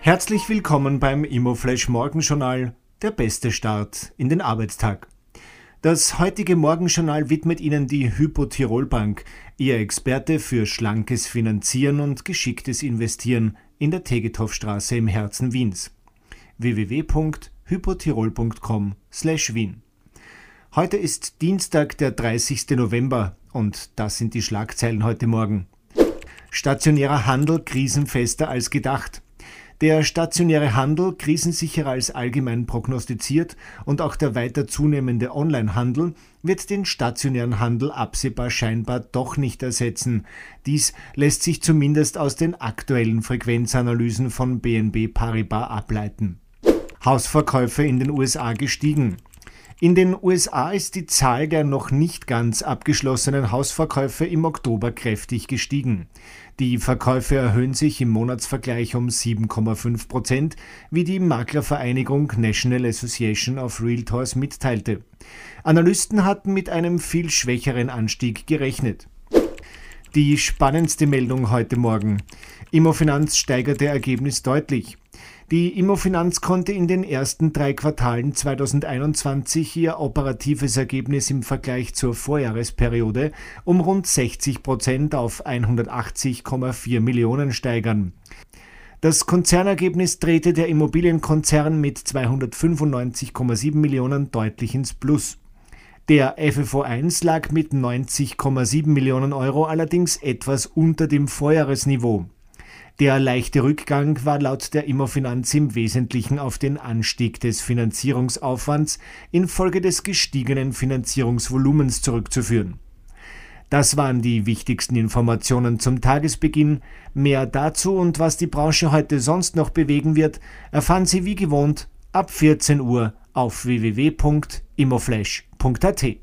Herzlich willkommen beim ImmoFlash Morgenjournal, der beste Start in den Arbeitstag. Das heutige Morgenjournal widmet Ihnen die Hypo Tirol Bank, Ihr Experte für schlankes Finanzieren und geschicktes Investieren in der Tegethoffstraße im Herzen Wiens. www.hypotirol.com/Wien. Heute ist Dienstag, der 30. November und das sind die Schlagzeilen heute Morgen. Stationärer Handel krisenfester als gedacht. Der stationäre Handel krisensicherer als allgemein prognostiziert und auch der weiter zunehmende Onlinehandel wird den stationären Handel absehbar scheinbar doch nicht ersetzen. Dies lässt sich zumindest aus den aktuellen Frequenzanalysen von BNP Paribas ableiten. Hausverkäufe in den USA gestiegen. In den USA ist die Zahl der noch nicht ganz abgeschlossenen Hausverkäufe im Oktober kräftig gestiegen. Die Verkäufe erhöhen sich im Monatsvergleich um 7,5%, wie die Maklervereinigung National Association of Realtors mitteilte. Analysten hatten mit einem viel schwächeren Anstieg gerechnet. Die spannendste Meldung heute Morgen. Immofinanz steigerte Ergebnis deutlich. Die Immofinanz konnte in den ersten 3 Quartalen 2021 ihr operatives Ergebnis im Vergleich zur Vorjahresperiode um rund 60% auf 180,4 Millionen steigern. Das Konzernergebnis drehte der Immobilienkonzern mit 295,7 Millionen deutlich ins Plus. Der FFO 1 lag mit 90,7 Millionen Euro allerdings etwas unter dem Vorjahresniveau. Der leichte Rückgang war laut der Immofinanz im Wesentlichen auf den Anstieg des Finanzierungsaufwands infolge des gestiegenen Finanzierungsvolumens zurückzuführen. Das waren die wichtigsten Informationen zum Tagesbeginn. Mehr dazu und was die Branche heute sonst noch bewegen wird, erfahren Sie wie gewohnt ab 14 Uhr auf www.immoflash.at.